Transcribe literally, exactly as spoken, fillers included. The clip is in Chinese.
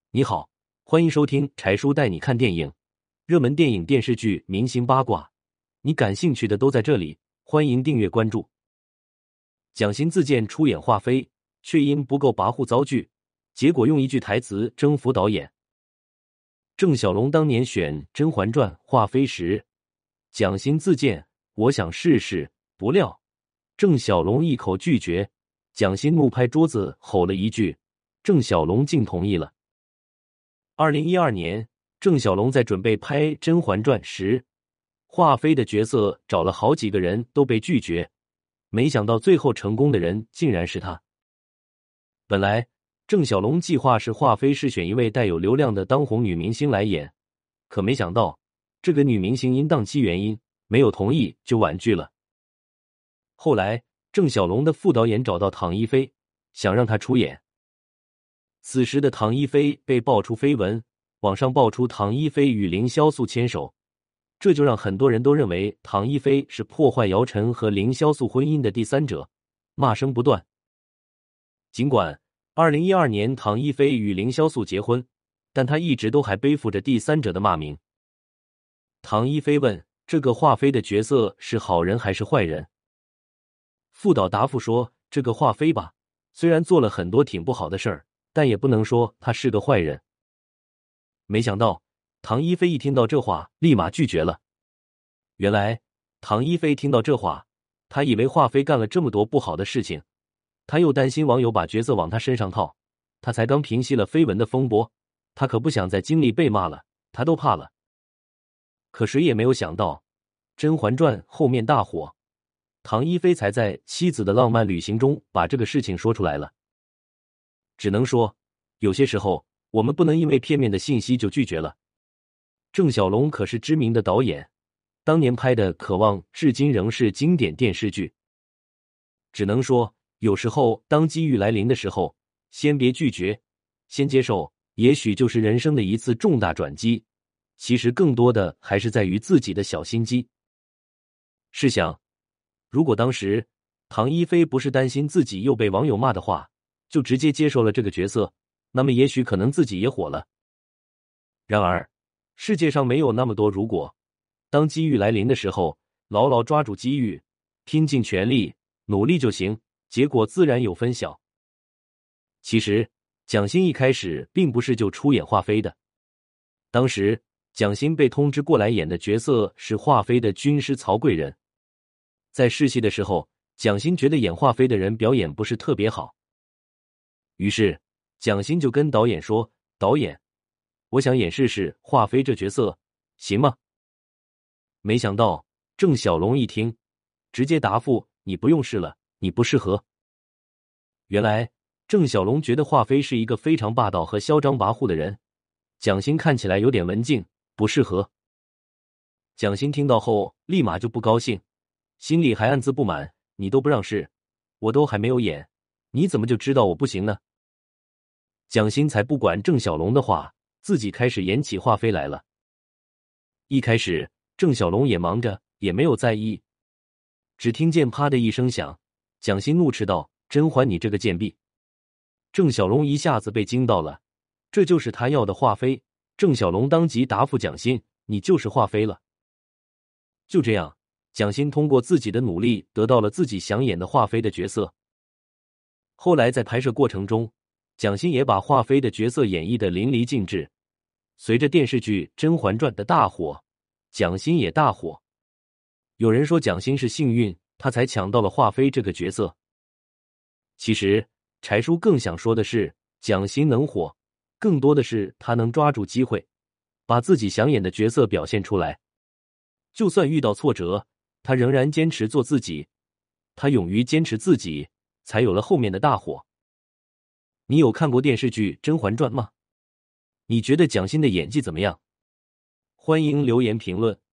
你好，欢迎收听柴叔带你看电影，热门电影、电视剧、明星八卦，你感兴趣的都在这里，欢迎订阅关注。蒋欣自荐出演华妃，却因不够跋扈遭拒，结果用一句台词征服导演。郑晓龙当年选《甄嬛传》华妃时，蒋欣自荐我想试试，不料郑晓龙一口拒绝，蒋欣怒拍桌子吼了一句，郑晓龙竟同意了。二零一二年，郑晓龙在准备拍《甄嬛传》时，华妃的角色找了好几个人都被拒绝，没想到最后成功的人竟然是他。本来郑晓龙计划是华妃是选一位带有流量的当红女明星来演，可没想到这个女明星因档期原因没有同意就婉拒了。后来郑晓龙的副导演找到唐一菲，想让她出演。此时的唐一菲被爆出绯闻，网上爆出唐一菲与凌潇肃牵手，这就让很多人都认为唐一菲是破坏姚晨和凌潇肃婚姻的第三者，骂声不断。尽管二零一二年唐一菲与凌潇肃结婚，但她一直都还背负着第三者的骂名。唐一菲问这个华妃的角色是好人还是坏人？副导答复说，这个华妃吧，虽然做了很多挺不好的事儿，但也不能说她是个坏人。没想到唐一菲一听到这话立马拒绝了。原来唐一菲听到这话，她以为华妃干了这么多不好的事情，她又担心网友把角色往她身上套，她才刚平息了绯闻的风波，她可不想再经历被骂了，她都怕了。可谁也没有想到，《甄嬛传》后面大火，唐一菲才在妻子的浪漫旅行中把这个事情说出来了。只能说，有些时候我们不能因为片面的信息就拒绝了。郑晓龙可是知名的导演，当年拍的《渴望》至今仍是经典电视剧。只能说，有时候当机遇来临的时候，先别拒绝，先接受，也许就是人生的一次重大转机。其实更多的还是在于自己的小心机。试想，如果当时唐一菲不是担心自己又被网友骂的话，就直接接受了这个角色，那么也许可能自己也火了。然而世界上没有那么多如果，当机遇来临的时候，牢牢抓住机遇，拼尽全力努力就行，结果自然有分晓。其实蒋欣一开始并不是就出演华妃的，当时蒋欣被通知过来演的角色是华妃的军师曹贵人。在试戏的时候，蒋欣觉得演华妃的人表演不是特别好，于是蒋欣就跟导演说，导演，我想演试试华妃这角色，行吗？没想到郑晓龙一听，直接答复，你不用试了，你不适合。原来郑晓龙觉得华妃是一个非常霸道和嚣张跋扈的人，蒋欣看起来有点文静，不适合。蒋欣听到后立马就不高兴，心里还暗自不满，你都不让试，我都还没有演，你怎么就知道我不行呢？蒋欣才不管郑晓龙的话，自己开始演起华妃来了。一开始郑晓龙也忙着，也没有在意，只听见啪的一声响，蒋欣怒斥道，甄嬛你这个贱婢！郑晓龙一下子被惊到了，这就是他要的华妃。郑晓龙当即答复蒋欣，你就是华妃了。就这样，蒋欣通过自己的努力得到了自己想演的华妃的角色。后来在拍摄过程中，蒋欣也把华妃的角色演绎得淋漓尽致。随着电视剧《甄嬛传》的大火，蒋欣也大火。有人说蒋欣是幸运，他才抢到了华妃这个角色。其实柴叔更想说的是，蒋欣能火，更多的是他能抓住机会，把自己想演的角色表现出来。就算遇到挫折，他仍然坚持做自己，他勇于坚持自己，才有了后面的大火。你有看过电视剧《甄嬛传》吗？你觉得蒋欣的演技怎么样？欢迎留言评论。